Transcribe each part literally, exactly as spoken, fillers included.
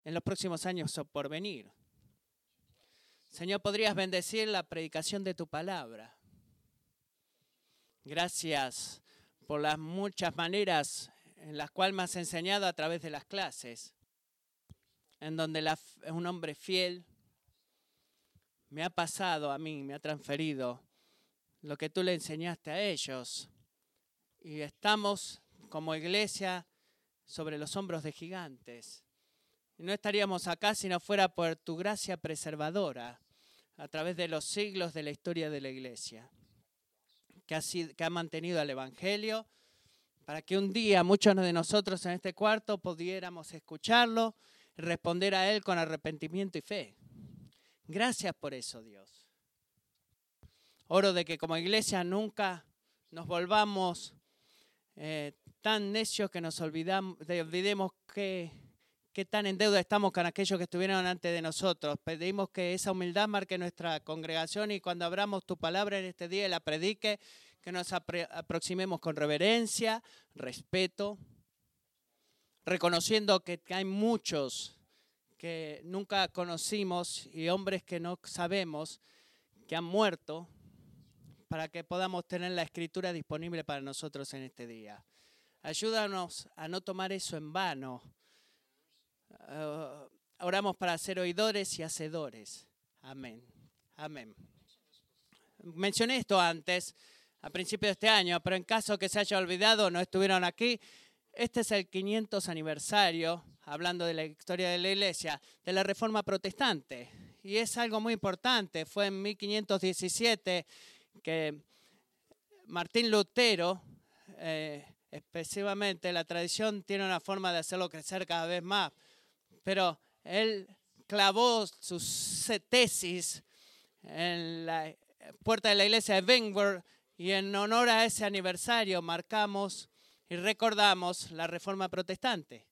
en los próximos años por venir. Señor, ¿podrías bendecir la predicación de tu palabra? Gracias por las muchas maneras en las cuales me has enseñado a través de las clases, en donde la, un hombre fiel me ha pasado a mí, me ha transferido lo que tú le enseñaste a ellos. Y estamos como iglesia sobre los hombros de gigantes. Y no estaríamos acá si no fuera por tu gracia preservadora a través de los siglos de la historia de la iglesia, que ha, sido, que ha mantenido el Evangelio, para que un día muchos de nosotros en este cuarto pudiéramos escucharlo y responder a él con arrepentimiento y fe. Gracias por eso, Dios. Oro de que como iglesia nunca nos volvamos eh, tan necios que nos olvidamos, de, olvidemos que, que tan en deuda estamos con aquellos que estuvieron antes de nosotros. Pedimos que esa humildad marque nuestra congregación y cuando abramos tu palabra en este día y la predique, que nos apre- aproximemos con reverencia, respeto, reconociendo que hay muchos que nunca conocimos y hombres que no sabemos que han muerto, para que podamos tener la escritura disponible para nosotros en este día. Ayúdanos a no tomar eso en vano. Uh, oramos para ser oidores y hacedores. Amén. Amén. Mencioné esto antes, a principios de este año, pero en caso que se haya olvidado, no estuvieron aquí. Este es el quinientos aniversario, hablando de la historia de la iglesia, de la Reforma Protestante. Y es algo muy importante. Fue en mil quinientos diecisiete que Martín Lutero, eh, específicamente, la tradición tiene una forma de hacerlo crecer cada vez más, pero él clavó sus tesis en la puerta de la iglesia de Wittenberg y en honor a ese aniversario marcamos y recordamos la Reforma Protestante.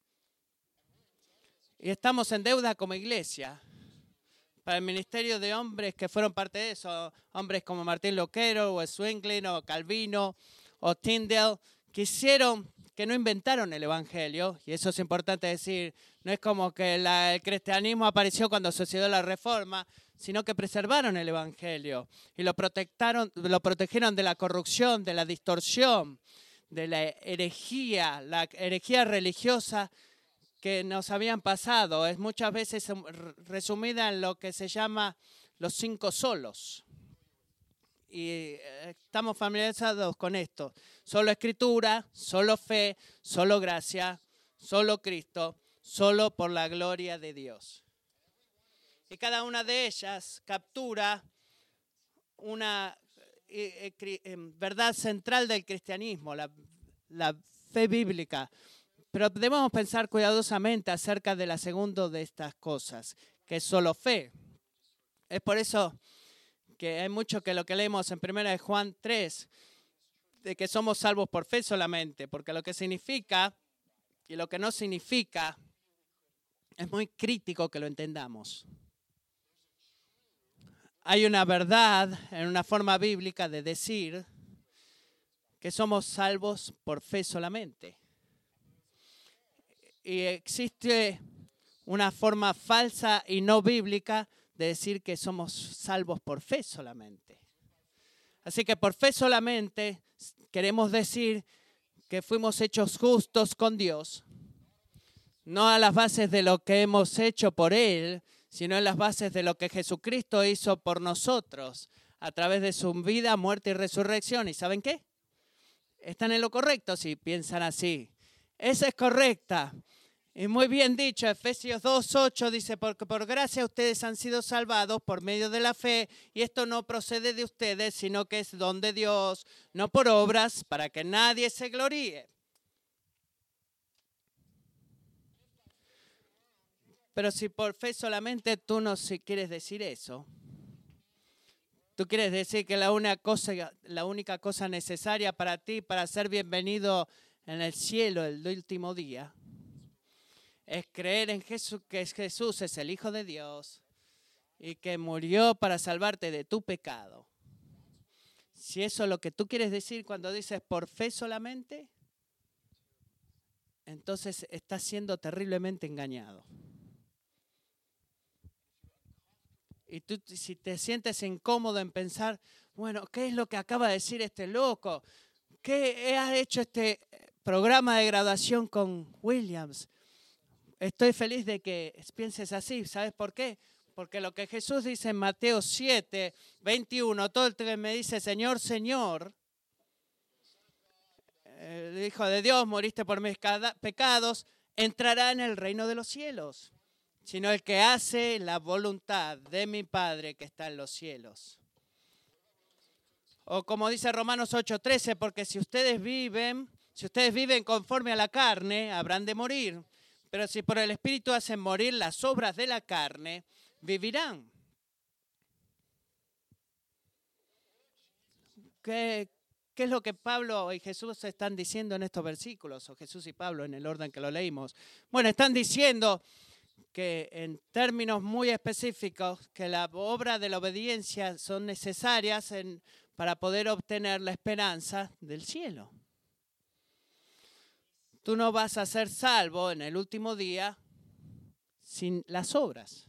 Y estamos en deuda como iglesia para el ministerio de hombres que fueron parte de eso, hombres como Martín Lutero o Zwingli o Calvino o Tyndale, que hicieron, que no inventaron el evangelio, y eso es importante decir, no es como que la, el cristianismo apareció cuando sucedió la reforma, sino que preservaron el evangelio y lo protectaron, lo protegieron de la corrupción, de la distorsión, de la herejía, la herejía religiosa que nos habían pasado. Es muchas veces resumida en lo que se llama los cinco solos. Y estamos familiarizados con esto. Solo escritura, solo fe, solo gracia, solo Cristo, solo por la gloria de Dios. Y cada una de ellas captura una eh, eh, verdad central del cristianismo, la, la fe bíblica. Pero debemos pensar cuidadosamente acerca de la segunda de estas cosas, que es solo fe. Es por eso que hay mucho que lo que leemos en primera de Juan tres, de que somos salvos por fe solamente, porque lo que significa y lo que no significa es muy crítico que lo entendamos. Hay una verdad en una forma bíblica de decir que somos salvos por fe solamente. Y existe una forma falsa y no bíblica de decir que somos salvos por fe solamente. Así que por fe solamente queremos decir que fuimos hechos justos con Dios, no a las bases de lo que hemos hecho por Él, sino en las bases de lo que Jesucristo hizo por nosotros a través de su vida, muerte y resurrección. ¿Y saben qué? Están en lo correcto si piensan así. Esa es correcta. Y muy bien dicho, Efesios dos ocho dice, porque por gracia ustedes han sido salvados por medio de la fe, y esto no procede de ustedes, sino que es don de Dios, no por obras, para que nadie se gloríe. Pero si por fe solamente tú no si quieres decir eso, tú quieres decir que la única cosa, la única cosa necesaria para ti, para ser bienvenido en el cielo el último día, es creer en Jesús, que Jesús es el Hijo de Dios y que murió para salvarte de tu pecado. Si eso es lo que tú quieres decir cuando dices por fe solamente, entonces estás siendo terriblemente engañado. Y tú, si te sientes incómodo en pensar, bueno, ¿qué es lo que acaba de decir este loco? ¿Qué ha hecho este programa de graduación con Williams? Estoy feliz de que pienses así. ¿Sabes por qué? Porque lo que Jesús dice en Mateo siete, veintiuno, todo el que me dice, Señor, Señor, el Hijo de Dios, moriste por mis pecados, entrará en el reino de los cielos, sino el que hace la voluntad de mi Padre que está en los cielos. O como dice Romanos ocho, trece, porque si ustedes viven, si ustedes viven conforme a la carne, habrán de morir. Pero si por el Espíritu hacen morir las obras de la carne, vivirán. ¿Qué, qué es lo que Pablo y Jesús están diciendo en estos versículos? O Jesús y Pablo en el orden que lo leímos. Bueno, están diciendo que en términos muy específicos, que la obra de la obediencia son necesarias en, para poder obtener la esperanza del cielo. Tú no vas a ser salvo en el último día sin las obras.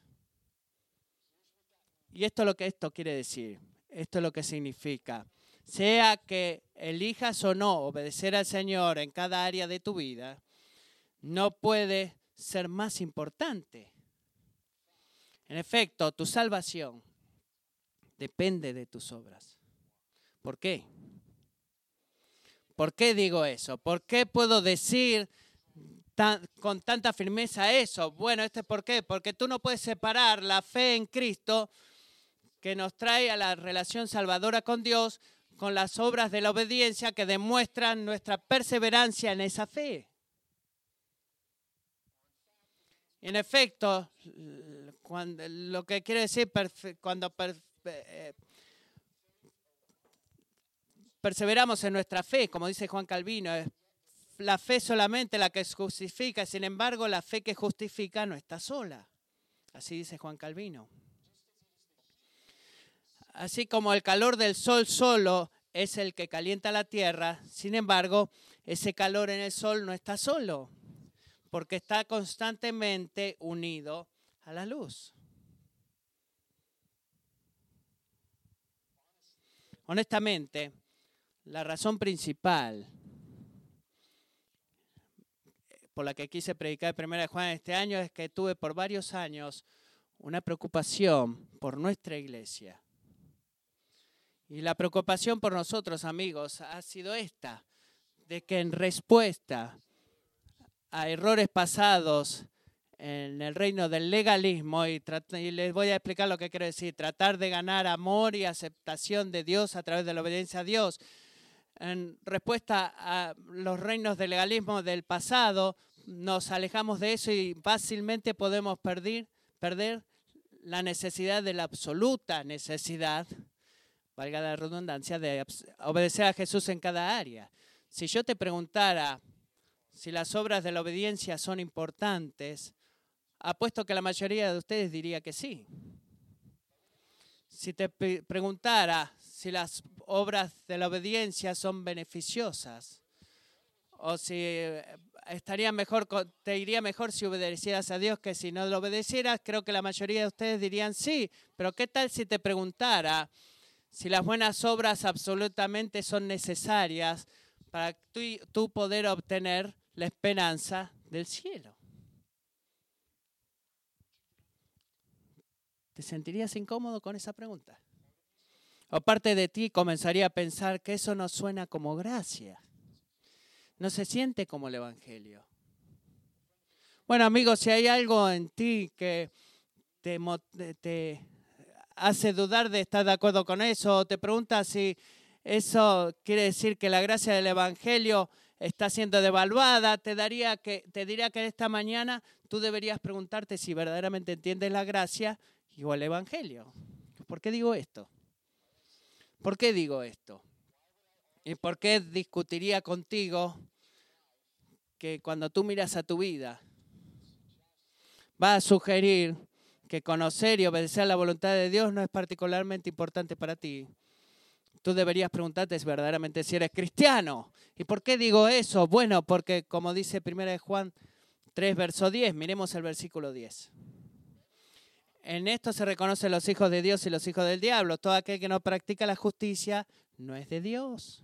Y esto es lo que esto quiere decir. Esto es lo que significa. Sea que elijas o no obedecer al Señor en cada área de tu vida, no puede ser más importante. En efecto, tu salvación depende de tus obras. ¿Por qué? ¿Por qué digo eso? ¿Por qué puedo decir tan, con tanta firmeza eso? Bueno, este es por qué. Porque tú no puedes separar la fe en Cristo que nos trae a la relación salvadora con Dios con las obras de la obediencia que demuestran nuestra perseverancia en esa fe. En efecto, cuando, lo que quiere decir cuando per, eh, perseveramos en nuestra fe, como dice Juan Calvino, es la fe solamente la que justifica, sin embargo, la fe que justifica no está sola. Así dice Juan Calvino. Así como el calor del sol solo es el que calienta la tierra, sin embargo, ese calor en el sol no está solo, porque está constantemente unido a la luz. Honestamente, la razón principal por la que quise predicar Primera de Juan este año es que tuve por varios años una preocupación por nuestra iglesia. Y la preocupación por nosotros, amigos, ha sido esta, de que en respuesta a errores pasados en el reino del legalismo, y, y les voy a explicar lo que quiero decir, tratar de ganar amor y aceptación de Dios a través de la obediencia a Dios. En respuesta a los reinos del legalismo del pasado, nos alejamos de eso y fácilmente podemos perder, perder la necesidad de la absoluta necesidad, valga la redundancia, de obedecer a Jesús en cada área. Si yo te preguntara si las obras de la obediencia son importantes, apuesto que la mayoría de ustedes diría que sí. Si te preguntara si las obras de la obediencia son beneficiosas o si estaría mejor, te iría mejor si obedecieras a Dios que si no lo obedecieras, creo que la mayoría de ustedes dirían sí. Pero ¿qué tal si te preguntara si las buenas obras absolutamente son necesarias para tú, tú poder obtener la esperanza del cielo? ¿Te sentirías incómodo con esa pregunta? O parte de ti comenzaría a pensar que eso no suena como gracia. No se siente como el Evangelio. Bueno, amigos, si hay algo en ti que te, te hace dudar de estar de acuerdo con eso, o te preguntas si eso quiere decir que la gracia del Evangelio está siendo devaluada, te, daría que, te diría que esta mañana tú deberías preguntarte si verdaderamente entiendes la gracia o el Evangelio. ¿Por qué digo esto? ¿Por qué digo esto? ¿Y por qué discutiría contigo que cuando tú miras a tu vida vas a sugerir que conocer y obedecer a la voluntad de Dios no es particularmente importante para ti? Tú deberías preguntarte si verdaderamente si eres cristiano. ¿Y por qué digo eso? Bueno, porque como dice Primera de Juan tres, verso diez, miremos el versículo diez. en esto se reconocen los hijos de Dios y los hijos del diablo. Todo aquel que no practica la justicia no es de Dios.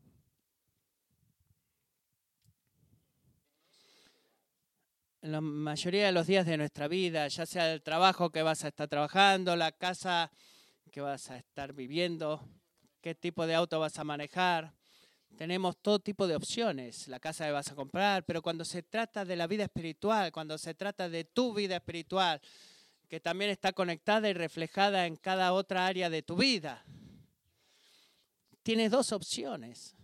En la mayoría de los días de nuestra vida, ya sea el trabajo que vas a estar trabajando, la casa que vas a estar viviendo, qué tipo de auto vas a manejar, tenemos todo tipo de opciones, la casa que vas a comprar, pero cuando se trata de la vida espiritual, cuando se trata de tu vida espiritual, que también está conectada y reflejada en cada otra área de tu vida, tienes dos opciones.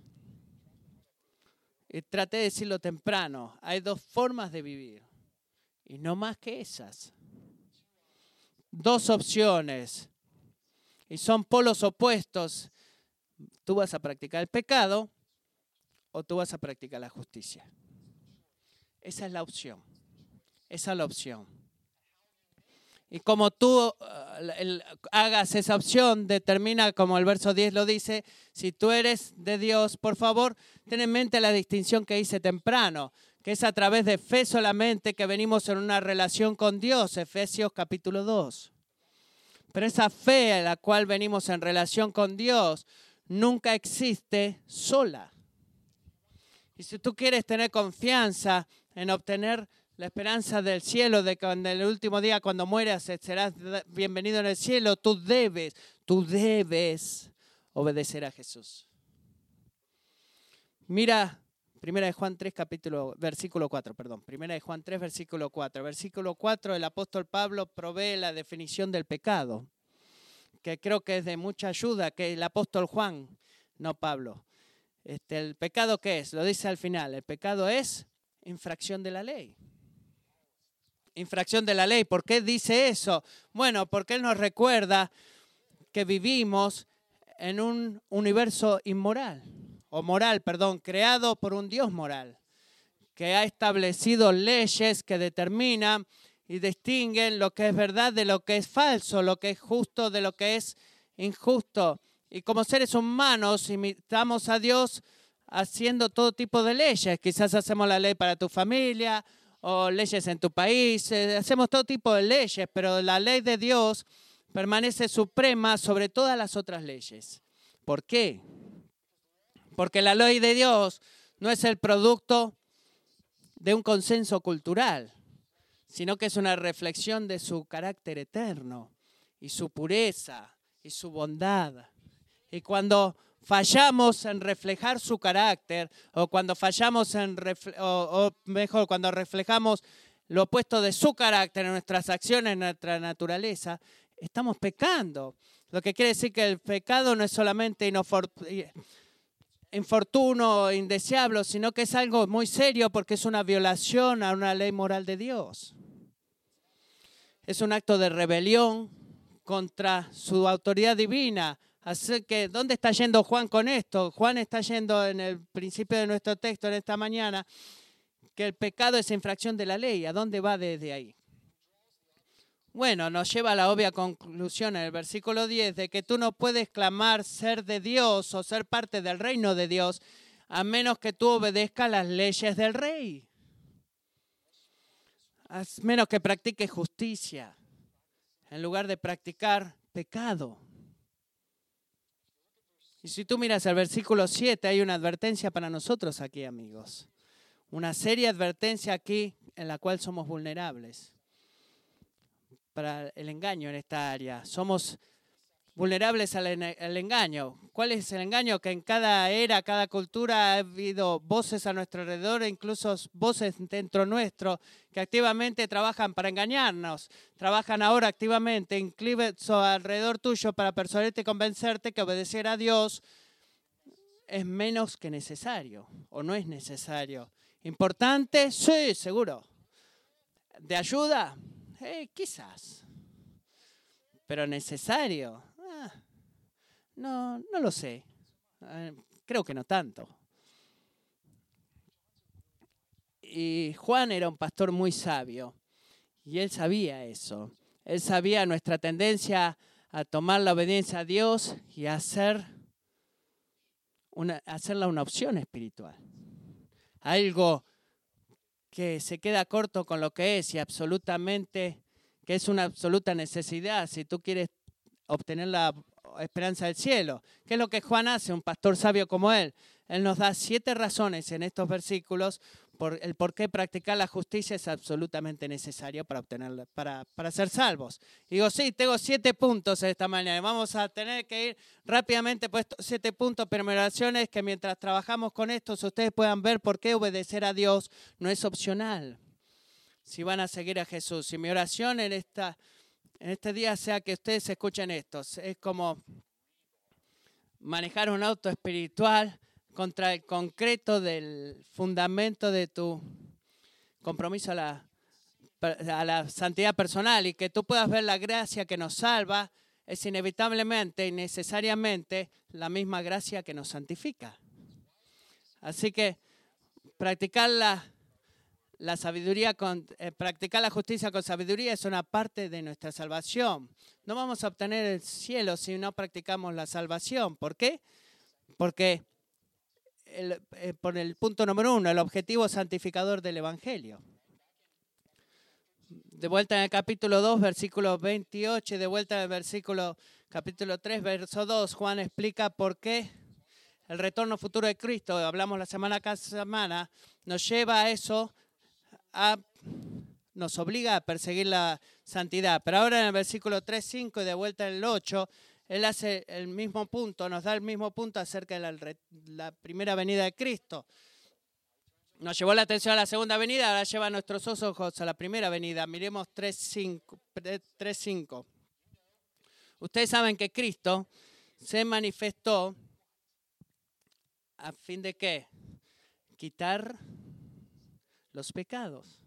Y traté de decirlo temprano, hay dos formas de vivir. Y no más que esas. Dos opciones. Y son polos opuestos. Tú vas a practicar el pecado o tú vas a practicar la justicia. Esa es la opción. Esa es la opción. Y como tú uh, el, hagas esa opción, determina, como el verso diez lo dice, si tú eres de Dios, por favor, ten en mente la distinción que hice temprano, que es a través de fe solamente que venimos en una relación con Dios, Efesios capítulo dos. Pero esa fe a la cual venimos en relación con Dios nunca existe sola. Y si tú quieres tener confianza en obtener la esperanza del cielo, de que en el último día cuando mueras serás bienvenido en el cielo, tú debes, tú debes obedecer a Jesús. Mira, Primera de Juan tres, capítulo, versículo cuatro, perdón. Primera de Juan tres, versículo cuatro. Versículo cuatro, el apóstol Pablo provee la definición del pecado, que creo que es de mucha ayuda, que el apóstol Juan, no Pablo. Este, ¿El pecado qué es? Lo dice al final. El pecado es infracción de la ley. Infracción de la ley. ¿Por qué dice eso? Bueno, porque Él nos recuerda que vivimos en un universo inmoral, o moral, perdón, creado por un Dios moral, que ha establecido leyes que determinan y distinguen lo que es verdad de lo que es falso, lo que es justo de lo que es injusto. Y como seres humanos imitamos a Dios haciendo todo tipo de leyes. Quizás hacemos la ley para tu familia o leyes en tu país. Eh, hacemos todo tipo de leyes, pero la ley de Dios permanece suprema sobre todas las otras leyes. ¿Por qué? Porque la ley de Dios no es el producto de un consenso cultural, sino que es una reflexión de su carácter eterno y su pureza y su bondad. Y cuando fallamos en reflejar su carácter, o cuando fallamos en, refle- o, o mejor, cuando reflejamos lo opuesto de su carácter en nuestras acciones, en nuestra naturaleza, estamos pecando. Lo que quiere decir que el pecado no es solamente inofor- infortuno o indeseable, sino que es algo muy serio porque es una violación a una ley moral de Dios. Es un acto de rebelión contra su autoridad divina. Así que, ¿dónde está yendo Juan con esto? Juan está yendo en el principio de nuestro texto en esta mañana que el pecado es infracción de la ley. ¿A dónde va desde ahí? Bueno, nos lleva a la obvia conclusión en el versículo diez de que tú no puedes clamar ser de Dios o ser parte del reino de Dios a menos que tú obedezcas las leyes del rey. A menos que practiques justicia en lugar de practicar pecado. Y si tú miras el versículo siete, hay una advertencia para nosotros aquí, amigos. Una seria advertencia aquí en la cual somos vulnerables para el engaño en esta área. Somos vulnerables al, en- al engaño. ¿Cuál es el engaño? Que en cada era, cada cultura ha habido voces a nuestro alrededor, e incluso voces dentro nuestro, que activamente trabajan para engañarnos. Trabajan ahora activamente, incluso alrededor tuyo, para persuadirte y convencerte que obedecer a Dios es menos que necesario o no es necesario. ¿Importante? Sí, seguro. ¿De ayuda? Eh, quizás. ¿Pero necesario? Ah, no, no lo sé. Eh, creo que no tanto. Y Juan era un pastor muy sabio y él sabía eso. Él sabía nuestra tendencia a tomar la obediencia a Dios y a hacer una, hacerla una opción espiritual. Algo que se queda corto con lo que es y absolutamente que es una absoluta necesidad si tú quieres obtener la esperanza del cielo. ¿Qué es lo que Juan hace, un pastor sabio como él? Él nos da siete razones en estos versículos por el por qué practicar la justicia es absolutamente necesario para obtenerla, para, para ser salvos. Y digo, sí, tengo siete puntos esta mañana. Vamos a tener que ir rápidamente por estos siete puntos, pero mi oración es que mientras trabajamos con estos, ustedes puedan ver por qué obedecer a Dios no es opcional. Si van a seguir a Jesús. Y mi oración en, esta, en este día sea que ustedes escuchen esto. Es como manejar un auto espiritual contra el concreto del fundamento de tu compromiso a la, a la santidad personal, y que tú puedas ver la gracia que nos salva es inevitablemente y necesariamente la misma gracia que nos santifica. Así que practicar la, la sabiduría con, eh, practicar la justicia con sabiduría es una parte de nuestra salvación. No vamos a obtener el cielo si no practicamos la salvación. ¿Por qué? Porque El, eh, por el punto número uno, el objetivo santificador del Evangelio. De vuelta en el capítulo dos, versículo veintiocho, y de vuelta en el versículo capítulo tres, verso dos, Juan explica por qué el retorno futuro de Cristo, hablamos la semana cada semana, nos lleva a eso, a, nos obliga a perseguir la santidad. Pero ahora en el versículo tres, cinco y de vuelta en el ocho, él hace el mismo punto, nos da el mismo punto acerca de la, la primera venida de Cristo. Nos llevó la atención a la segunda venida, ahora lleva nuestros ojos a la primera venida. Miremos tres cinco. Ustedes saben que Cristo se manifestó a fin de ¿qué? Quitar los pecados.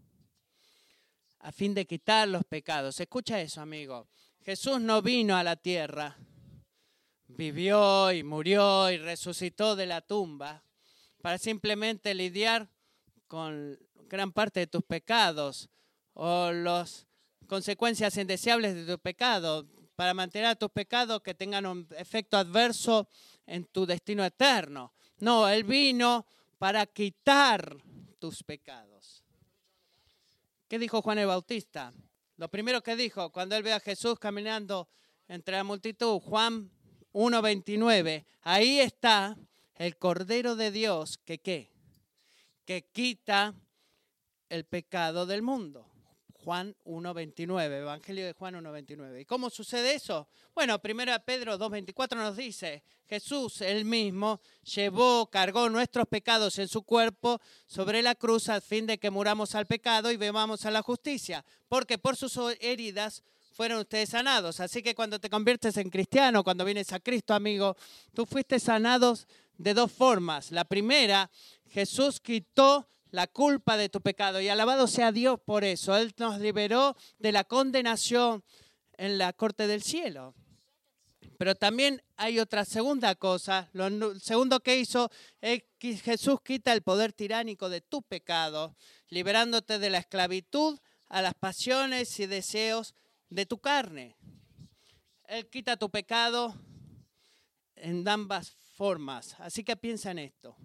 A fin de quitar los pecados. Escucha eso, amigo. Jesús no vino a la tierra, vivió y murió y resucitó de la tumba para simplemente lidiar con gran parte de tus pecados o las consecuencias indeseables de tu pecado, para mantener a tus pecados que tengan un efecto adverso en tu destino eterno. No, Él vino para quitar tus pecados. ¿Qué dijo Juan el Bautista? Lo primero que dijo cuando él ve a Jesús caminando entre la multitud, Juan uno veintinueve, ahí está el Cordero de Dios que ¿qué? Que quita el pecado del mundo. Juan uno veintinueve, Evangelio de Juan uno veintinueve. ¿Y cómo sucede eso? Bueno, primero Pedro dos veinticuatro nos dice, Jesús él mismo llevó, cargó nuestros pecados en su cuerpo sobre la cruz a fin de que muramos al pecado y vivamos a la justicia. Porque por sus heridas fueron ustedes sanados. Así que cuando te conviertes en cristiano, cuando vienes a Cristo, amigo, tú fuiste sanados de dos formas. La primera, Jesús quitó la culpa de tu pecado y alabado sea Dios por eso. Él nos liberó de la condenación en la corte del cielo. Pero también hay otra segunda cosa. Lo segundo que hizo es que Jesús quita el poder tiránico de tu pecado, liberándote de la esclavitud a las pasiones y deseos de tu carne. Él quita tu pecado en ambas formas. Así que piensa en esto.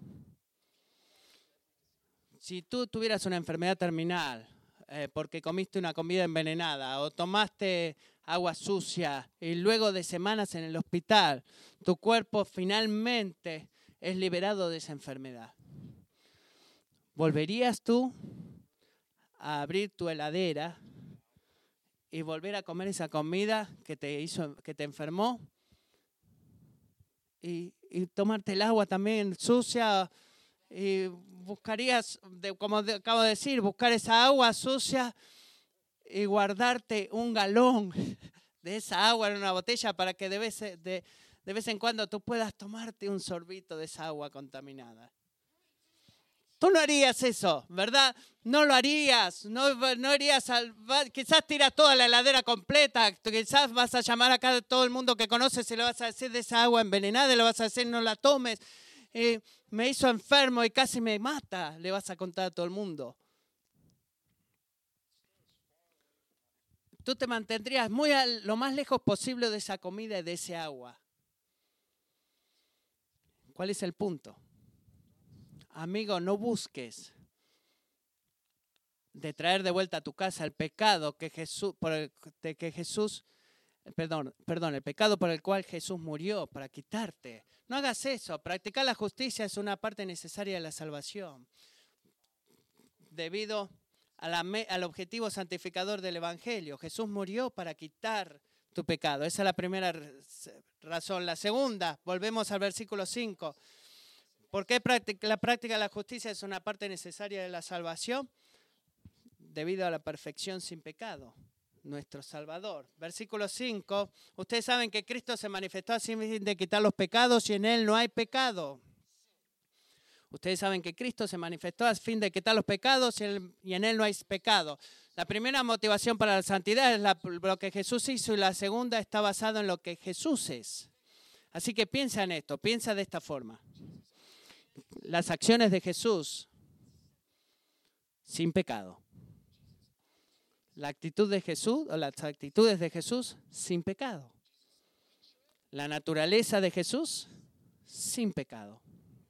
Si tú tuvieras una enfermedad terminal eh, porque comiste una comida envenenada o tomaste agua sucia y luego de semanas en el hospital, tu cuerpo finalmente es liberado de esa enfermedad, ¿volverías tú a abrir tu heladera y volver a comer esa comida que te hizo, que te enfermó? Y, y tomarte el agua también sucia, y buscarías, de, como de, acabo de decir, buscar esa agua sucia y guardarte un galón de esa agua en una botella para que de vez, de, de vez en cuando tú puedas tomarte un sorbito de esa agua contaminada. Tú no harías eso, ¿verdad? No lo harías, no, no harías, al, quizás tiras toda la heladera completa, quizás vas a llamar acá a todo el mundo que conoces y le vas a decir de esa agua envenenada, le vas a decir no la tomes, eh, me hizo enfermo y casi me mata, le vas a contar a todo el mundo. Tú te mantendrías muy a, lo más lejos posible de esa comida y de ese agua. ¿Cuál es el punto? Amigo, no busques de traer de vuelta a tu casa el pecado que Jesús, por el de que Jesús, perdón, perdón, el pecado por el cual Jesús murió para quitarte. No hagas eso. Practicar la justicia es una parte necesaria de la salvación. Debido a la, al objetivo santificador del Evangelio, Jesús murió para quitar tu pecado. Esa es la primera razón. La segunda, volvemos al versículo cinco. ¿Por qué la práctica de la justicia es una parte necesaria de la salvación? Debido a la perfección sin pecado, nuestro Salvador. Versículo cinco. Ustedes saben que Cristo se manifestó a sí mismo de quitar los pecados y en Él no hay pecado. Ustedes saben que Cristo se manifestó a fin de quitar los pecados y en Él no hay pecado. La primera motivación para la santidad es la, lo que Jesús hizo y la segunda está basada en lo que Jesús es. Así que piensa en esto, piensa de esta forma. Las acciones de Jesús sin pecado. La actitud de Jesús o las actitudes de Jesús sin pecado. La naturaleza de Jesús sin pecado.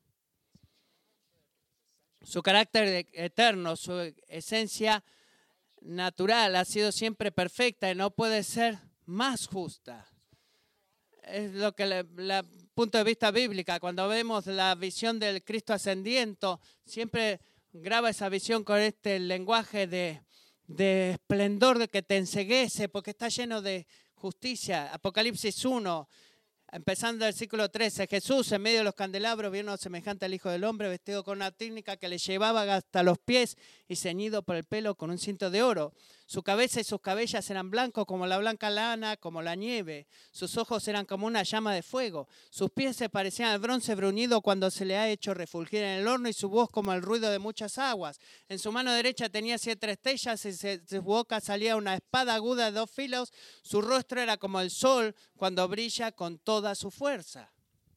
Su carácter eterno, su esencia natural ha sido siempre perfecta y no puede ser más justa. Es lo que el punto de vista bíblica, cuando vemos la visión del Cristo ascendiente, siempre graba esa visión con este lenguaje de, de esplendor de que te enceguece porque está lleno de justicia. Apocalipsis uno. Empezando el versículo trece, Jesús en medio de los candelabros vio uno semejante al Hijo del Hombre vestido con una túnica que le llevaba hasta los pies y ceñido por el pelo con un cinto de oro. Su cabeza y sus cabellas eran blancos como la blanca lana, como la nieve. Sus ojos eran como una llama de fuego. Sus pies se parecían al bronce bruñido cuando se le ha hecho refulgir en el horno y su voz como el ruido de muchas aguas. En su mano derecha tenía siete estrellas y de su boca salía una espada aguda de dos filos. Su rostro era como el sol cuando brilla con toda su fuerza.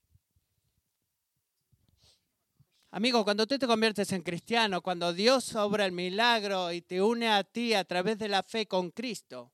Amigo, cuando tú te conviertes en cristiano, cuando Dios obra el milagro y te une a ti a través de la fe con Cristo,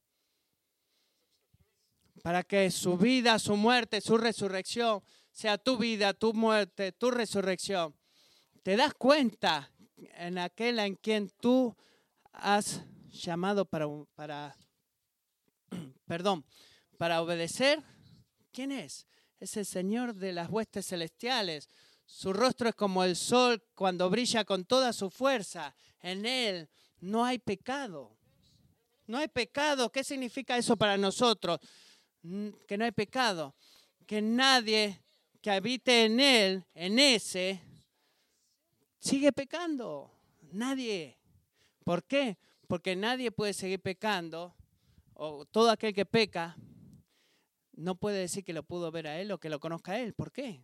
para que su vida, su muerte, su resurrección sea tu vida, tu muerte, tu resurrección, te das cuenta en aquel en quien tú has llamado para, para, perdón, para obedecer. ¿Quién es? Es el Señor de las huestes celestiales. Su rostro es como el sol cuando brilla con toda su fuerza. En Él no hay pecado. No hay pecado. ¿Qué significa eso para nosotros? Que no hay pecado. Que nadie que habite en Él, en ese, sigue pecando. Nadie. ¿Por qué? Porque nadie puede seguir pecando, o todo aquel que peca no puede decir que lo pudo ver a Él o que lo conozca a Él. ¿Por qué?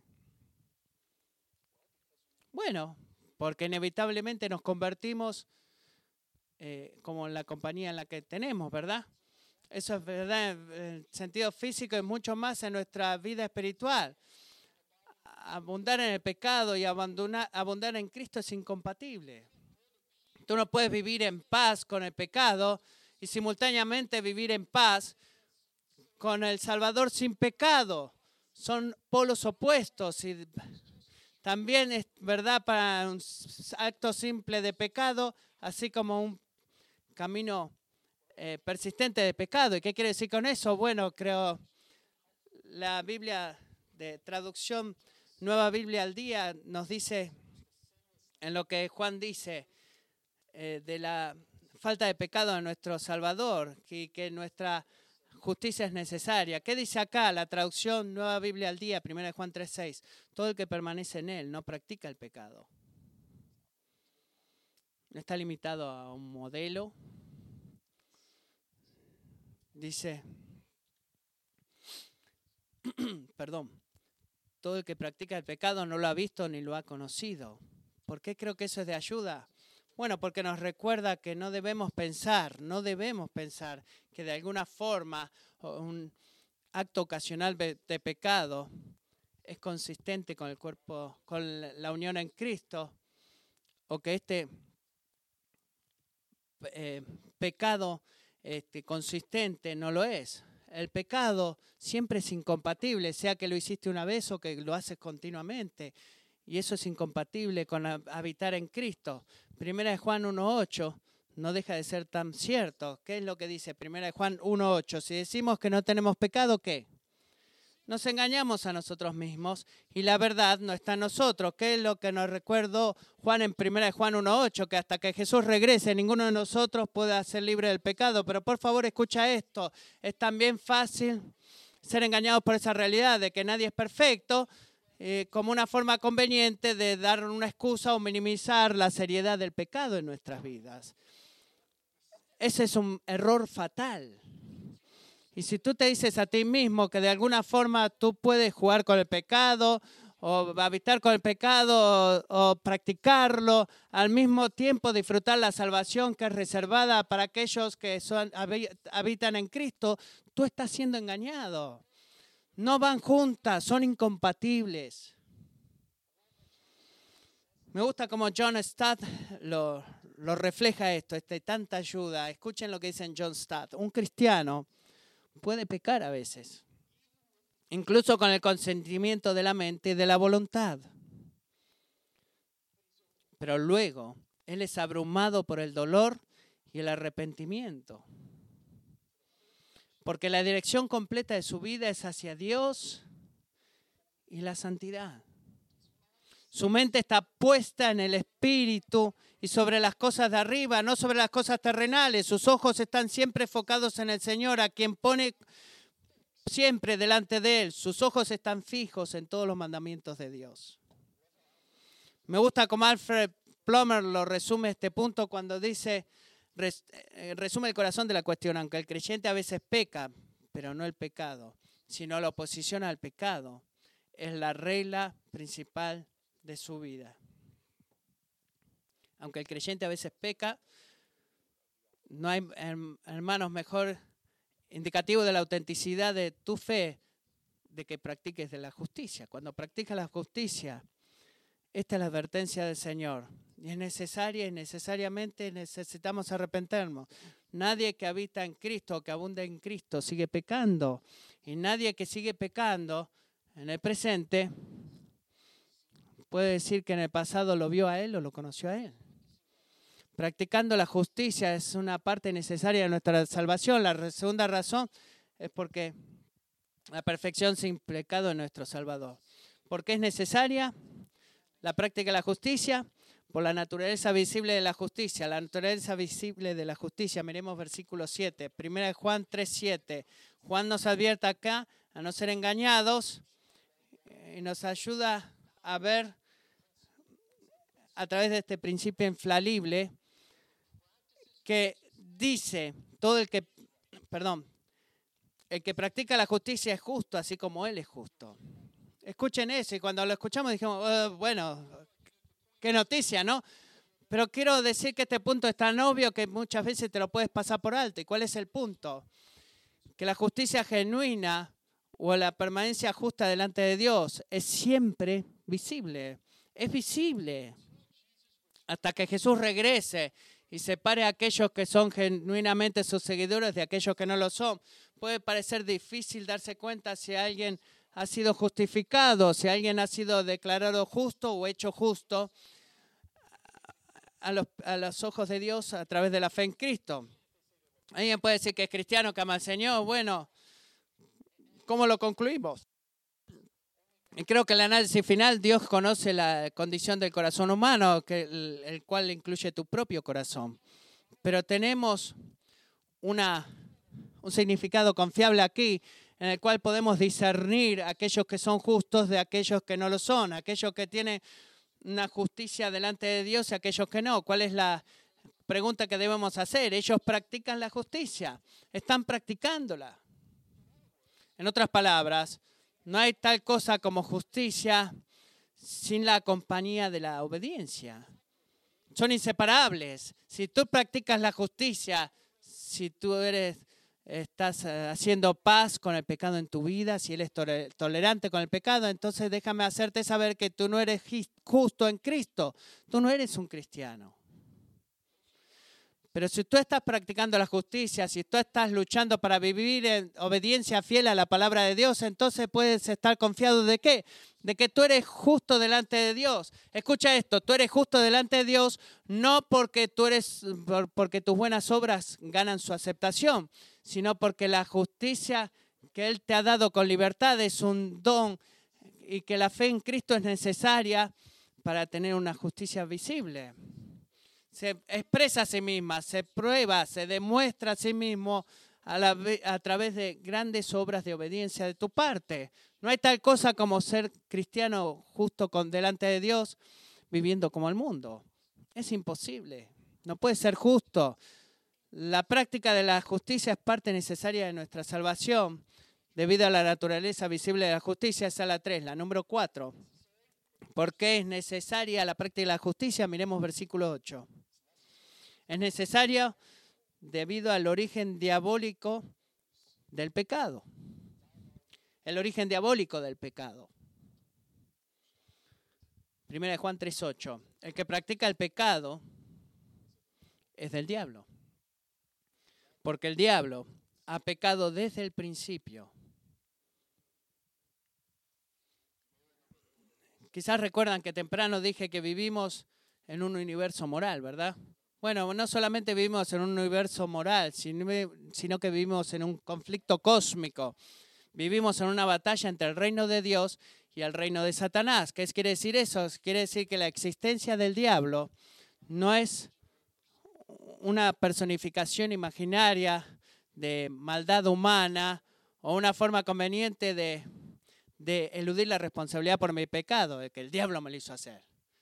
Bueno, porque inevitablemente nos convertimos eh, como en la compañía en la que tenemos, ¿verdad? Eso es verdad en el sentido físico y mucho más en nuestra vida espiritual. Abundar en el pecado y abandonar, abundar en Cristo es incompatible. Tú no puedes vivir en paz con el pecado y simultáneamente vivir en paz con el Salvador sin pecado. Son polos opuestos y también es verdad para un acto simple de pecado, así como un camino eh, persistente de pecado. ¿Y qué quiere decir con eso? Bueno, creo la Biblia de traducción Nueva Biblia al Día nos dice, en lo que Juan dice, eh, de la falta de pecado de nuestro Salvador, y que nuestra justicia es necesaria. ¿Qué dice acá la traducción Nueva Biblia al Día, primera de Juan tres seis? Todo el que permanece en Él no practica el pecado. No está limitado a un modelo. Dice, perdón, todo el que practica el pecado no lo ha visto ni lo ha conocido. ¿Por qué creo que eso es de ayuda? Bueno, porque nos recuerda que no debemos pensar, no debemos pensar que de alguna forma un acto ocasional de pecado es consistente con el cuerpo, con la unión en Cristo, o que este eh, pecado este, consistente no lo es. El pecado siempre es incompatible, sea que lo hiciste una vez o que lo haces continuamente. Y eso es incompatible con habitar en Cristo. Primera de Juan uno ocho no deja de ser tan cierto. ¿Qué es lo que dice Primera de Juan uno ocho? Si decimos que no tenemos pecado, ¿qué? Nos engañamos a nosotros mismos y la verdad no está en nosotros. ¿Qué es lo que nos recuerdo Juan en Primera de Juan uno ocho? Que hasta que Jesús regrese, ninguno de nosotros pueda ser libre del pecado. Pero por favor, escucha esto. Es también fácil ser engañados por esa realidad de que nadie es perfecto, eh, como una forma conveniente de dar una excusa o minimizar la seriedad del pecado en nuestras vidas. Ese es un error fatal. Y si tú te dices a ti mismo que de alguna forma tú puedes jugar con el pecado o habitar con el pecado o, o practicarlo, al mismo tiempo disfrutar la salvación que es reservada para aquellos que son, habitan en Cristo, tú estás siendo engañado. No van juntas, son incompatibles. Me gusta como John Stott lo, lo refleja esto, este, tanta ayuda. Escuchen lo que dice John Stott. Un cristiano puede pecar a veces, incluso con el consentimiento de la mente y de la voluntad. Pero luego, él es abrumado por el dolor y el arrepentimiento. Porque la dirección completa de su vida es hacia Dios y la santidad. Su mente está puesta en el Espíritu y sobre las cosas de arriba, no sobre las cosas terrenales. Sus ojos están siempre enfocados en el Señor, a quien pone siempre delante de Él. Sus ojos están fijos en todos los mandamientos de Dios. Me gusta como Alfred Plummer lo resume este punto cuando dice, resume el corazón de la cuestión, aunque el creyente a veces peca, pero no el pecado, sino la oposición al pecado. Es la regla principal de su vida. Aunque el creyente a veces peca, no hay, hermanos, mejor indicativo de la autenticidad de tu fe de que practiques de la justicia. Cuando practicas la justicia, esta es la advertencia del Señor. Y es necesaria y necesariamente necesitamos arrepentirnos. Nadie que habita en Cristo, que abunda en Cristo, sigue pecando. Y nadie que sigue pecando en el presente puede decir que en el pasado lo vio a Él o lo conoció a Él. Practicando la justicia es una parte necesaria de nuestra salvación. La segunda razón es porque la perfección sin pecado es nuestro Salvador. ¿Por qué es necesaria la práctica de la justicia? Por la naturaleza visible de la justicia. La naturaleza visible de la justicia. Miremos versículo siete. Primera de Juan tres siete. Juan nos advierte acá a no ser engañados y nos ayuda a ver a través de este principio infalible que dice, todo el que, perdón, el que practica la justicia es justo, así como Él es justo. Escuchen eso, y cuando lo escuchamos dijimos, oh, bueno, qué noticia, ¿no? Pero quiero decir que este punto es tan obvio que muchas veces te lo puedes pasar por alto. ¿Y cuál es el punto? Que la justicia genuina o la permanencia justa delante de Dios es siempre visible. Es visible hasta que Jesús regrese y separe a aquellos que son genuinamente sus seguidores de aquellos que no lo son. Puede parecer difícil darse cuenta si alguien ha sido justificado, si alguien ha sido declarado justo o hecho justo a los, a los ojos de Dios a través de la fe en Cristo. Alguien puede decir que es cristiano, que ama al Señor. Bueno, ¿cómo lo concluimos? Y creo que el análisis final, Dios conoce la condición del corazón humano, que el, el cual incluye tu propio corazón. Pero tenemos una, un significado confiable aquí, en el cual podemos discernir aquellos que son justos de aquellos que no lo son, aquellos que tienen una justicia delante de Dios y aquellos que no. ¿Cuál es la pregunta que debemos hacer? Ellos practican la justicia, están practicándola. En otras palabras, no hay tal cosa como justicia sin la compañía de la obediencia. Son inseparables. Si tú practicas la justicia, si tú eres, estás haciendo paz con el pecado en tu vida, si Él es tolerante con el pecado, entonces déjame hacerte saber que tú no eres justo en Cristo. Tú no eres un cristiano. Pero si tú estás practicando la justicia, si tú estás luchando para vivir en obediencia fiel a la palabra de Dios, entonces puedes estar confiado de qué? De que tú eres justo delante de Dios. Escucha esto, tú eres justo delante de Dios no porque tú eres, porque tus buenas obras ganan su aceptación, sino porque la justicia que Él te ha dado con libertad es un don y que la fe en Cristo es necesaria para tener una justicia visible. Se expresa a sí misma, se prueba, se demuestra a sí mismo a, la, a través de grandes obras de obediencia de tu parte. No hay tal cosa como ser cristiano justo con, delante de Dios viviendo como el mundo. Es imposible. No puedes ser justo. La práctica de la justicia es parte necesaria de nuestra salvación debido a la naturaleza visible de la justicia. Esa es la tres. La número cuatro. ¿Por qué es necesaria la práctica de la justicia? Miremos versículo ocho. Es necesario debido al origen diabólico del pecado. El origen diabólico del pecado. Primera de Juan tres ocho. El que practica el pecado es del diablo. Porque el diablo ha pecado desde el principio. Quizás recuerdan que temprano dije que vivimos en un universo moral, ¿verdad? Bueno, no solamente vivimos en un universo moral, sino que vivimos en un conflicto cósmico. Vivimos en una batalla entre el reino de Dios y el reino de Satanás. ¿Qué quiere decir eso? Quiere decir que la existencia del diablo no es una personificación imaginaria de maldad humana o una forma conveniente de, de eludir la responsabilidad por mi pecado, de que el diablo me lo hizo hacer.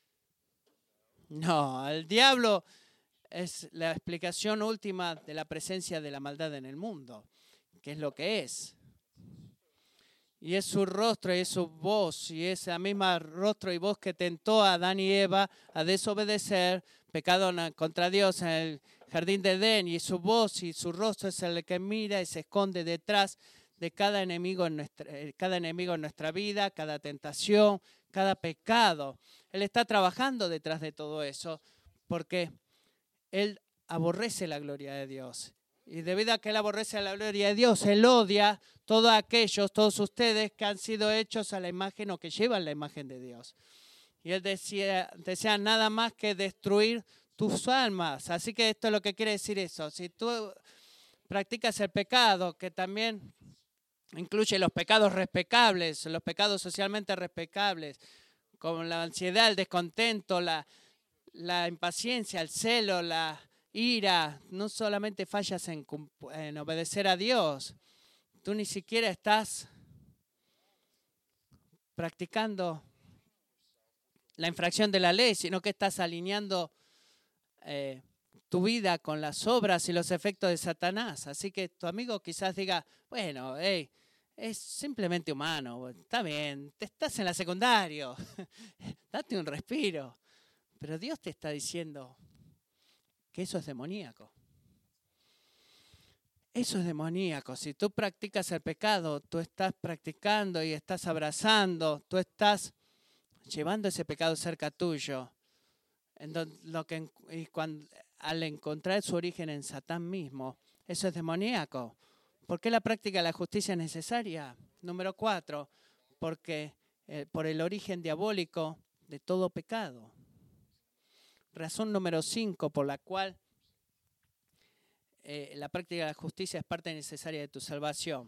No, el diablo es la explicación última de la presencia de la maldad en el mundo, que es lo que es. Y es su rostro y es su voz, y esa misma rostro y voz que tentó a Adán y Eva a desobedecer, pecado contra Dios en el jardín de Edén, y su voz y su rostro es el que mira y se esconde detrás de cada enemigo en nuestra, cada enemigo en nuestra vida, cada tentación, cada pecado. Él está trabajando detrás de todo eso porque Él aborrece la gloria de Dios. Y debido a que Él aborrece la gloria de Dios, Él odia todos aquellos, todos ustedes que han sido hechos a la imagen o que llevan la imagen de Dios. Y Él decía, desea nada más que destruir tus almas. Así que esto es lo que quiere decir eso. Si tú practicas el pecado, que también incluye los pecados respetables, los pecados socialmente respetables, como la ansiedad, el descontento, la, la impaciencia, el celo, la ira, no solamente fallas en, en obedecer a Dios, tú ni siquiera estás practicando la infracción de la ley, sino que estás alineando eh, tu vida con las obras y los efectos de Satanás. Así que tu amigo quizás diga, bueno, hey, es simplemente humano, está bien, te estás en la secundaria, date un respiro. Pero Dios te está diciendo que eso es demoníaco. Eso es demoníaco. Si tú practicas el pecado, tú estás practicando y estás abrazando, tú estás llevando ese pecado cerca tuyo. En lo que, y cuando, al encontrar su origen en Satán mismo, eso es demoníaco. ¿Por qué la práctica de la justicia es necesaria? Número cuatro, porque eh, por el origen diabólico de todo pecado. Razón número cinco, por la cual eh, la práctica de la justicia es parte necesaria de tu salvación.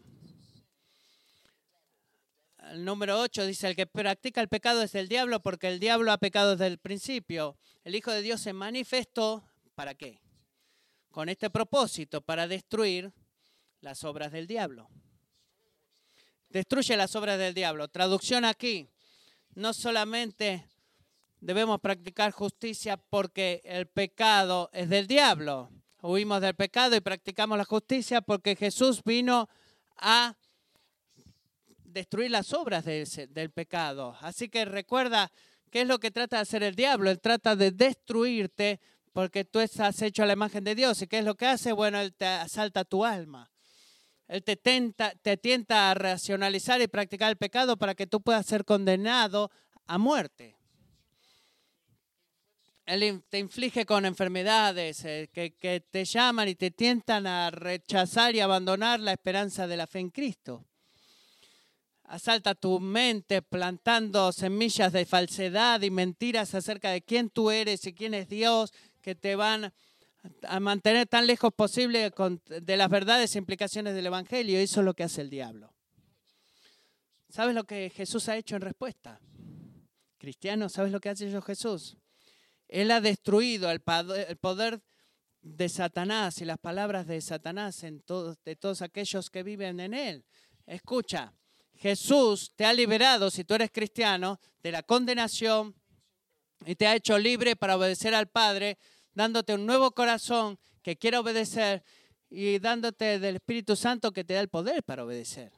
El número ocho dice, el que practica el pecado es del diablo, porque el diablo ha pecado desde el principio. El Hijo de Dios se manifestó, ¿para qué? Con este propósito, para destruir las obras del diablo. Destruye las obras del diablo. Traducción aquí, no solamente debemos practicar justicia porque el pecado es del diablo. Huimos del pecado y practicamos la justicia porque Jesús vino a destruir las obras de ese, del pecado. Así que recuerda, ¿qué es lo que trata de hacer el diablo? Él trata de destruirte porque tú estás hecho a la imagen de Dios. ¿Y qué es lo que hace? Bueno, Él te asalta tu alma. Él te, tenta, te tienta a racionalizar y practicar el pecado para que tú puedas ser condenado a muerte. Él te inflige con enfermedades eh, que, que te llaman y te tientan a rechazar y abandonar la esperanza de la fe en Cristo. Asalta tu mente plantando semillas de falsedad y mentiras acerca de quién tú eres y quién es Dios, que te van a mantener tan lejos posible con, de las verdades e implicaciones del Evangelio. Eso es lo que hace el diablo. ¿Sabes lo que Jesús ha hecho en respuesta? Cristiano, ¿sabes lo que ha hecho Jesús? Él ha destruido el poder de Satanás y las palabras de Satanás en todos, de todos aquellos que viven en él. Escucha, Jesús te ha liberado, si tú eres cristiano, de la condenación y te ha hecho libre para obedecer al Padre, dándote un nuevo corazón que quiere obedecer y dándote del Espíritu Santo que te da el poder para obedecer.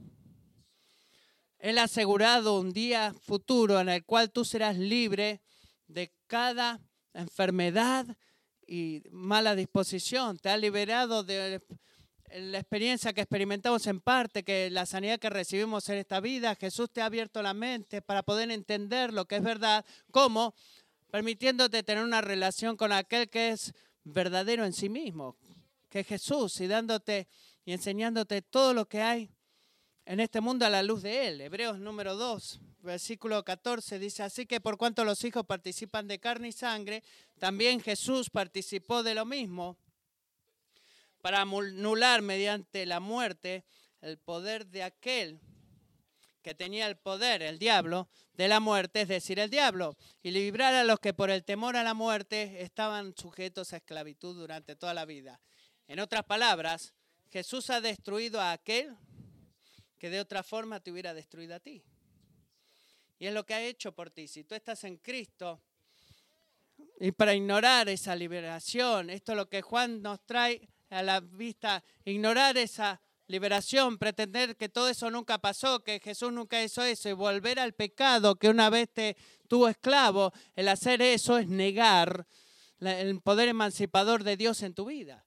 Él ha asegurado un día futuro en el cual tú serás libre de cada enfermedad y mala disposición. Te ha liberado de la experiencia que experimentamos en parte, que la sanidad que recibimos en esta vida. Jesús te ha abierto la mente para poder entender lo que es verdad. ¿Cómo? Permitiéndote tener una relación con aquel que es verdadero en sí mismo, que es Jesús, y dándote y enseñándote todo lo que hay en este mundo a la luz de Él. Hebreos número dos, versículo catorce dice, así que por cuanto los hijos participan de carne y sangre, también Jesús participó de lo mismo para anular mediante la muerte el poder de aquel que tenía el poder, el diablo, de la muerte, es decir, el diablo, y librar a los que por el temor a la muerte estaban sujetos a esclavitud durante toda la vida. En otras palabras, Jesús ha destruido a aquel que de otra forma te hubiera destruido a ti. Y es lo que ha hecho por ti. Si tú estás en Cristo, y para ignorar esa liberación, esto es lo que Juan nos trae a la vista, ignorar esa liberación, pretender que todo eso nunca pasó, que Jesús nunca hizo eso, y volver al pecado que una vez te tuvo esclavo, el hacer eso es negar el poder emancipador de Dios en tu vida.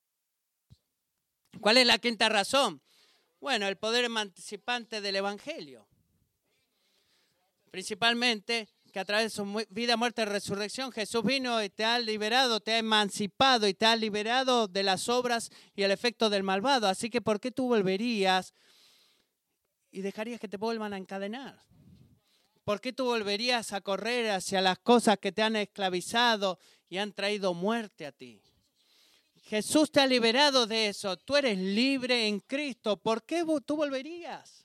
¿Cuál es la quinta razón? Bueno, el poder emancipante del Evangelio. Principalmente que a través de su vida, muerte y resurrección, Jesús vino y te ha liberado, te ha emancipado y te ha liberado de las obras y el efecto del malvado. Así que, ¿por qué tú volverías y dejarías que te vuelvan a encadenar? ¿Por qué tú volverías a correr hacia las cosas que te han esclavizado y han traído muerte a ti? Jesús te ha liberado de eso. Tú eres libre en Cristo. ¿Por qué tú volverías?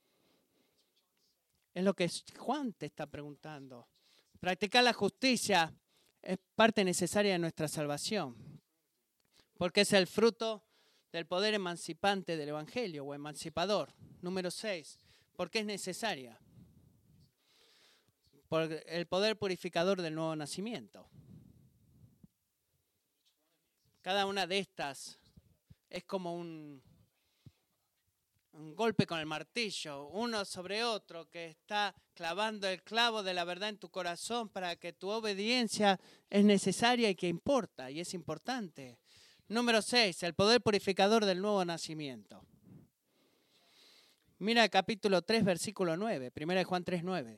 Es lo que Juan te está preguntando. Practicar la justicia es parte necesaria de nuestra salvación, porque es el fruto del poder emancipante del Evangelio o emancipador. Número seis, ¿por qué es necesaria? Por el poder purificador del nuevo nacimiento. Cada una de estas es como un... un golpe con el martillo, uno sobre otro, que está clavando el clavo de la verdad en tu corazón para que tu obediencia es necesaria y que importa, y es importante. Número seis, el poder purificador del nuevo nacimiento. Mira el capítulo tres, versículo nueve, primera de Juan tres, nueve.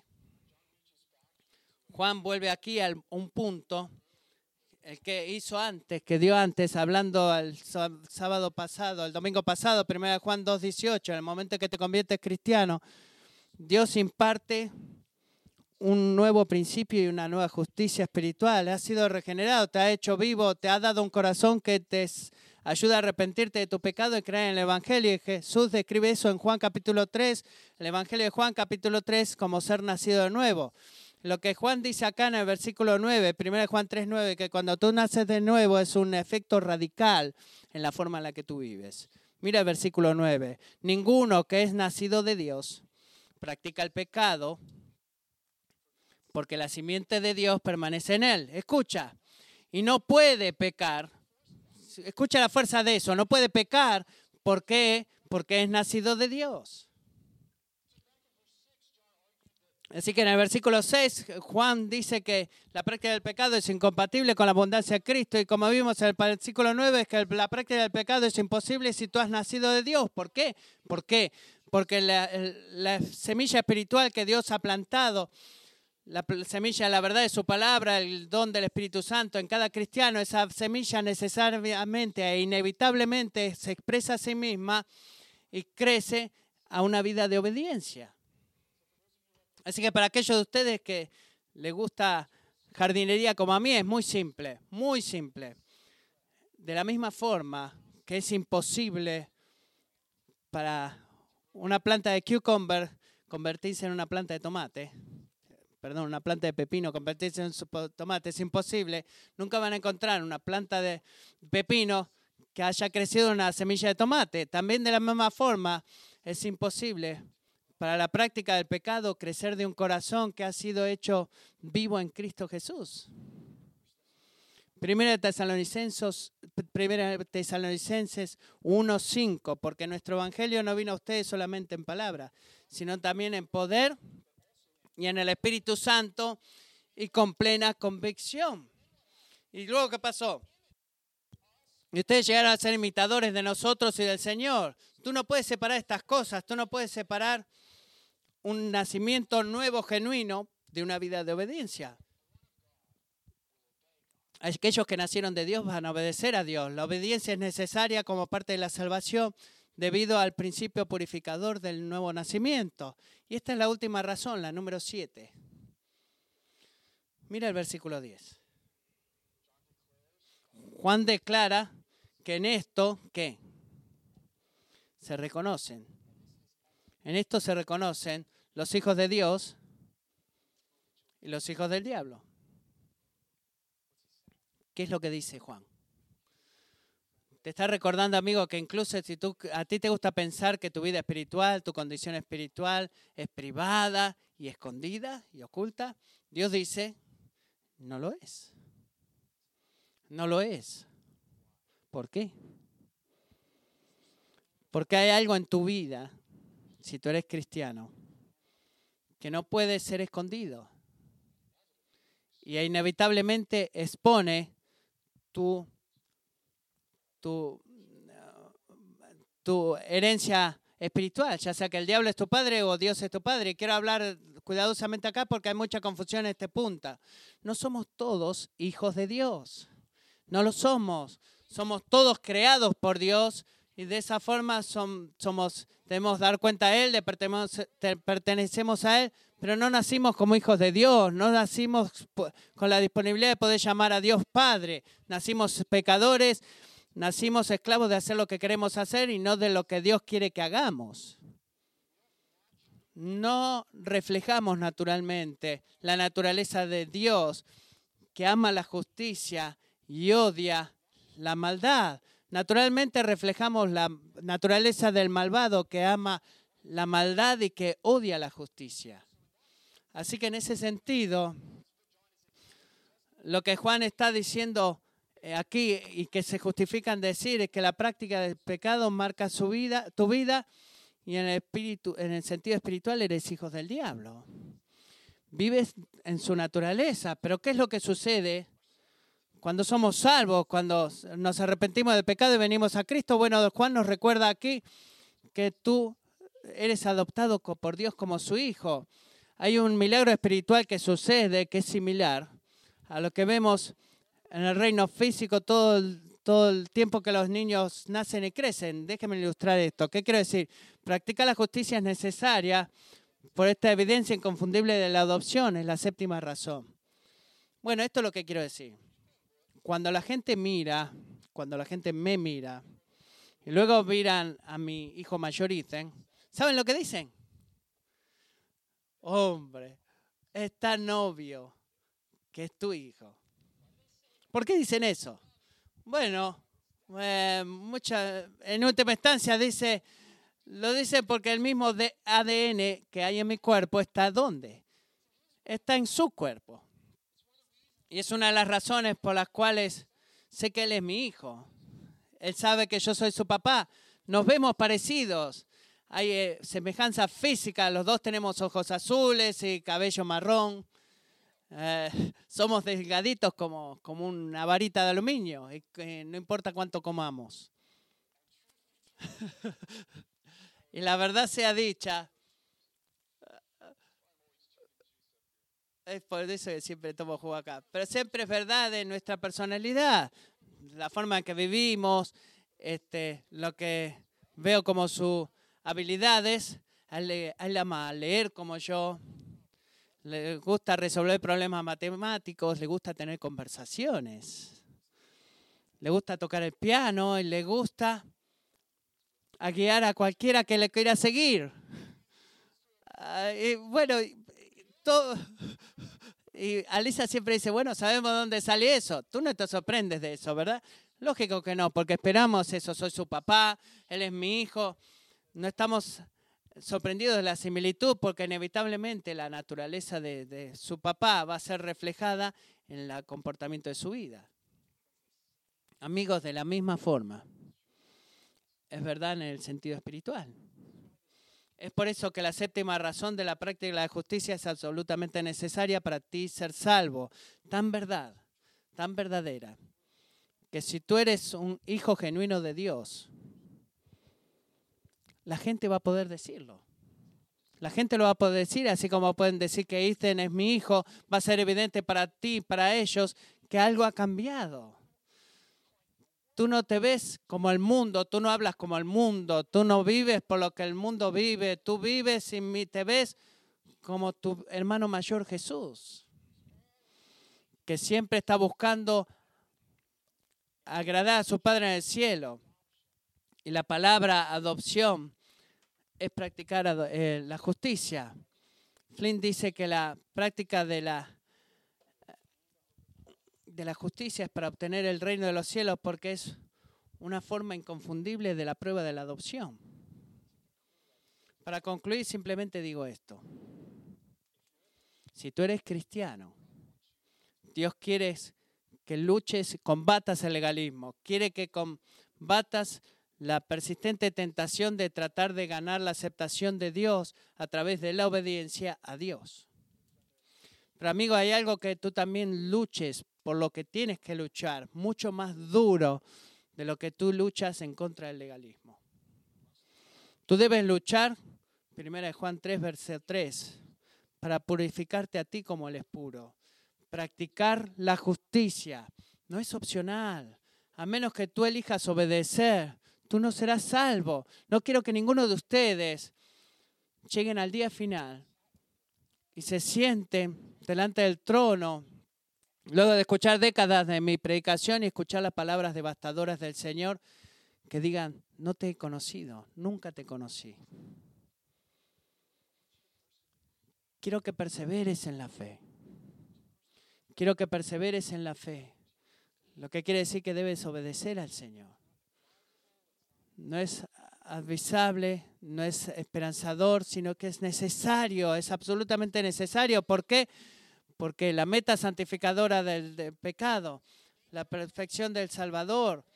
Juan vuelve aquí a un punto, el que hizo antes, que dio antes, hablando el sábado pasado, el domingo pasado, primera de Juan dos, dieciocho, en el momento en que te conviertes cristiano, Dios imparte un nuevo principio y una nueva justicia espiritual. Has sido regenerado, te ha hecho vivo, te ha dado un corazón que te ayuda a arrepentirte de tu pecado y creer en el Evangelio. Y Jesús describe eso en Juan capítulo tres, el Evangelio de Juan capítulo tres, como ser nacido de nuevo. Lo que Juan dice acá en el versículo nueve, primera de Juan tres, nueve, que cuando tú naces de nuevo es un efecto radical en la forma en la que tú vives. Mira el versículo nueve. Ninguno que es nacido de Dios practica el pecado, porque la simiente de Dios permanece en él. Escucha, y no puede pecar. Escucha la fuerza de eso. No puede pecar. ¿Por qué? Porque es nacido de Dios. Así que en el versículo seis, Juan dice que la práctica del pecado es incompatible con la abundancia de Cristo. Y como vimos en el versículo nueve, es que la práctica del pecado es imposible si tú has nacido de Dios. ¿Por qué? ¿Por qué? Porque la, la semilla espiritual que Dios ha plantado la semilla de la verdad de su palabra, el don del Espíritu Santo en cada cristiano, esa semilla necesariamente e inevitablemente se expresa a sí misma y crece a una vida de obediencia. Así que para aquellos de ustedes que les gusta jardinería como a mí, es muy simple, muy simple. De la misma forma que es imposible para una planta de cucumber convertirse en una planta de tomate, perdón, una planta de pepino convertirse en un tomate, es imposible. Nunca van a encontrar una planta de pepino que haya crecido una semilla de tomate. También de la misma forma es imposible para la práctica del pecado crecer de un corazón que ha sido hecho vivo en Cristo Jesús. Primera de Tesalonicenses, Primera de Tesalonicenses uno cinco, porque nuestro evangelio no vino a ustedes solamente en palabra, sino también en poder y en el Espíritu Santo y con plena convicción. ¿Y luego qué pasó? Y ustedes llegaron a ser imitadores de nosotros y del Señor. Tú no puedes separar estas cosas, tú no puedes separar un nacimiento nuevo, genuino, de una vida de obediencia. Aquellos que nacieron de Dios van a obedecer a Dios. La obediencia es necesaria como parte de la salvación debido al principio purificador del nuevo nacimiento. Y esta es la última razón, la número siete. Mira el versículo diez. Juan declara que en esto, ¿qué? Se reconocen. En esto se reconocen los hijos de Dios y los hijos del diablo. ¿Qué es lo que dice Juan? Te está recordando, amigo, que incluso si tú, a ti te gusta pensar que tu vida espiritual, tu condición espiritual es privada y escondida y oculta, Dios dice, no lo es. No lo es. ¿Por qué? Porque hay algo en tu vida, si tú eres cristiano, que no puede ser escondido. Y inevitablemente expone tu, tu, tu herencia espiritual, ya sea que el diablo es tu padre o Dios es tu padre. Y quiero hablar cuidadosamente acá porque hay mucha confusión en este punto. No somos todos hijos de Dios. No lo somos. Somos todos creados por Dios y de esa forma son, somos, debemos dar cuenta a Él, de pertenecemos, pertenecemos a Él, pero no nacimos como hijos de Dios, no nacimos con la disponibilidad de poder llamar a Dios Padre. Nacimos pecadores, nacimos esclavos de hacer lo que queremos hacer y no de lo que Dios quiere que hagamos. No reflejamos naturalmente la naturaleza de Dios, que ama la justicia y odia la maldad. Naturalmente reflejamos la naturaleza del malvado que ama la maldad y que odia la justicia. Así que en ese sentido, lo que Juan está diciendo aquí y que se justifica en decir es que la práctica del pecado marca su vida, tu vida y en el espíritu, en el sentido espiritual eres hijos del diablo. Vives en su naturaleza, pero ¿qué es lo que sucede cuando somos salvos, cuando nos arrepentimos del pecado y venimos a Cristo? Bueno, Juan nos recuerda aquí que tú eres adoptado por Dios como su hijo. Hay un milagro espiritual que sucede que es similar a lo que vemos en el reino físico todo el, todo el tiempo que los niños nacen y crecen. Déjenme ilustrar esto. ¿Qué quiero decir? Practicar la justicia es necesaria por esta evidencia inconfundible de la adopción, es la séptima razón. Bueno, esto es lo que quiero decir. Cuando la gente mira, cuando la gente me mira, y luego miran a mi hijo mayor Ethan, ¿saben lo que dicen? Hombre, es tan obvio que es tu hijo. ¿Por qué dicen eso? Bueno, eh, mucha, en última instancia dice, lo dicen porque el mismo A D N que hay en mi cuerpo está ¿dónde? Está en su cuerpo. Y es una de las razones por las cuales sé que él es mi hijo. Él sabe que yo soy su papá. Nos vemos parecidos. Hay eh, semejanza física. Los dos tenemos ojos azules y cabello marrón. Eh, somos delgaditos como, como una varita de aluminio. Y, eh, no importa cuánto comamos. Y la verdad sea dicha, Es por eso que siempre tomo jugo acá. Pero siempre es verdad de nuestra personalidad, la forma en que vivimos, este, lo que veo como sus habilidades. A él, le, a él ama leer como yo, le gusta resolver problemas matemáticos, le gusta tener conversaciones, le gusta tocar el piano y le gusta a guiar a cualquiera que le quiera seguir. Uh, y bueno, todo... Y Alisa siempre dice, bueno, sabemos dónde sale eso. Tú no te sorprendes de eso, ¿verdad? Lógico que no, porque esperamos eso. Soy su papá, él es mi hijo. No estamos sorprendidos de la similitud porque inevitablemente la naturaleza de, de su papá va a ser reflejada en el comportamiento de su vida. Amigos, de la misma forma, es verdad en el sentido espiritual. Es por eso que la séptima razón de la práctica de la justicia es absolutamente necesaria para ti ser salvo. Tan verdad, tan verdadera, que si tú eres un hijo genuino de Dios, la gente va a poder decirlo. La gente lo va a poder decir, así como pueden decir que Ethan es mi hijo, va a ser evidente para ti, para ellos, que algo ha cambiado. Tú no te ves como el mundo, tú no hablas como el mundo, tú no vives por lo que el mundo vive, tú vives y te ves como tu hermano mayor Jesús, que siempre está buscando agradar a su Padre en el cielo. Y la palabra adopción es practicar eh, la justicia. Flynn dice que la práctica de la de la justicia es para obtener el reino de los cielos porque es una forma inconfundible de la prueba de la adopción. Para concluir, simplemente digo esto. Si tú eres cristiano, Dios quiere que luches, combatas el legalismo. Quiere que combatas la persistente tentación de tratar de ganar la aceptación de Dios a través de la obediencia a Dios. Pero amigo, hay algo que tú también luches por lo que tienes que luchar, mucho más duro de lo que tú luchas en contra del legalismo. Tú debes luchar, primera de Juan tres, verso tres, para purificarte a ti como Él es puro. Practicar la justicia no es opcional. A menos que tú elijas obedecer, tú no serás salvo. No quiero que ninguno de ustedes lleguen al día final y se sienten delante del trono, luego de escuchar décadas de mi predicación y escuchar las palabras devastadoras del Señor, que digan, no te he conocido, nunca te conocí. Quiero que perseveres en la fe. Quiero que perseveres en la fe. Lo que quiere decir que debes obedecer al Señor. No es advisable, no es esperanzador, sino que es necesario, es absolutamente necesario. ¿Por qué? Porque la meta santificadora del, del pecado, la perfección del Salvador,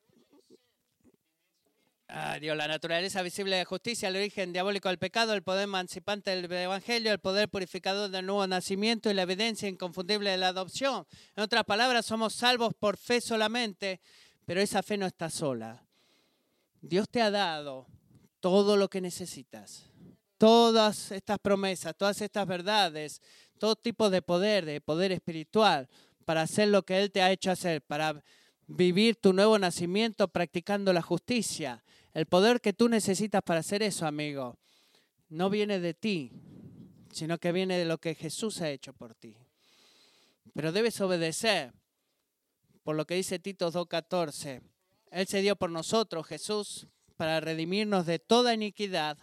ah, Dios, la naturaleza visible de justicia, el origen diabólico del pecado, el poder emancipante del Evangelio, el poder purificador del nuevo nacimiento y la evidencia inconfundible de la adopción. En otras palabras, somos salvos por fe solamente, pero esa fe no está sola. Dios te ha dado todo lo que necesitas, todas estas promesas, todas estas verdades, todo tipo de poder, de poder espiritual, para hacer lo que Él te ha hecho hacer, para vivir tu nuevo nacimiento practicando la justicia. El poder que tú necesitas para hacer eso, amigo, no viene de ti, sino que viene de lo que Jesús ha hecho por ti. Pero debes obedecer, por lo que dice Tito dos catorce. Él se dio por nosotros, Jesús, para redimirnos de toda iniquidad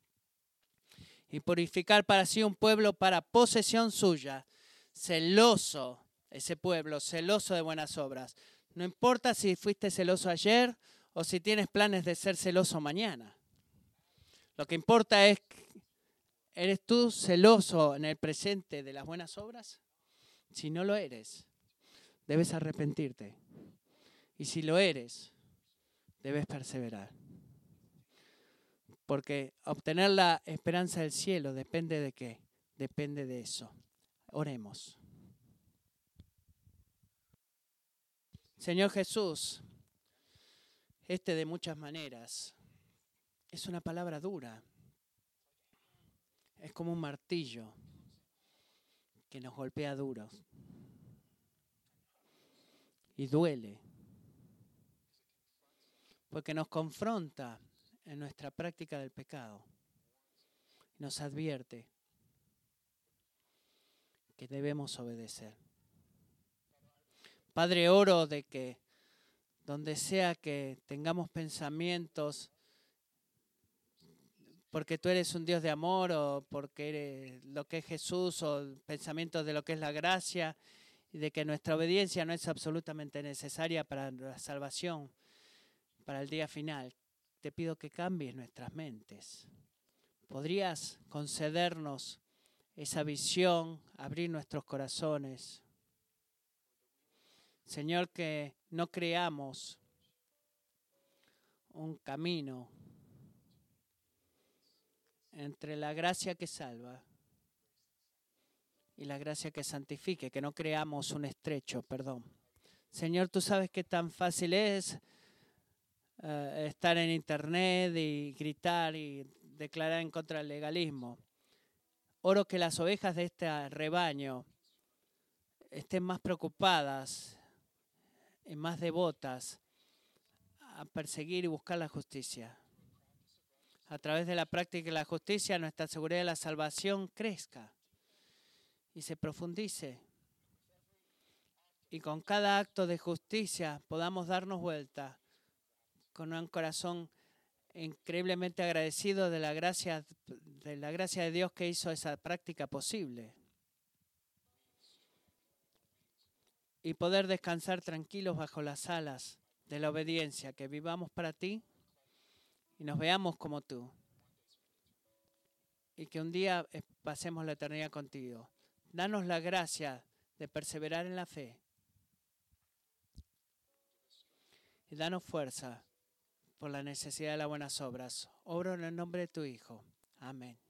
y purificar para sí un pueblo para posesión suya, celoso, ese pueblo, celoso de buenas obras. No importa si fuiste celoso ayer o si tienes planes de ser celoso mañana. Lo que importa es, ¿eres tú celoso en el presente de las buenas obras? Si no lo eres, debes arrepentirte. Y si lo eres, debes perseverar. Porque obtener la esperanza del cielo depende de qué? Depende de eso. Oremos. Señor Jesús, este de muchas maneras es una palabra dura. Es como un martillo que nos golpea duro y duele, porque nos confronta en nuestra práctica del pecado. Nos advierte que debemos obedecer. Padre, oro de que donde sea que tengamos pensamientos, porque tú eres un Dios de amor o porque eres lo que es Jesús o pensamientos de lo que es la gracia y de que nuestra obediencia no es absolutamente necesaria para la salvación, para el día final, te pido que cambies nuestras mentes. ¿Podrías concedernos esa visión, abrir nuestros corazones? Señor, que no creamos un camino entre la gracia que salva y la gracia que santifique, que no creamos un estrecho, perdón. Señor, tú sabes qué tan fácil es uh, estar en internet y gritar y declarar en contra del legalismo. Oro que las ovejas de este rebaño estén más preocupadas y más devotas a perseguir y buscar la justicia. A través de la práctica de la justicia, nuestra seguridad de la salvación crezca y se profundice. Y con cada acto de justicia podamos darnos vuelta con un corazón increíblemente agradecido de la gracia, de la gracia de Dios que hizo esa práctica posible. Y poder descansar tranquilos bajo las alas de la obediencia, que vivamos para ti y nos veamos como tú. Y que un día pasemos la eternidad contigo. Danos la gracia de perseverar en la fe. Y danos fuerza por la necesidad de las buenas obras. Oro en el nombre de tu Hijo. Amén.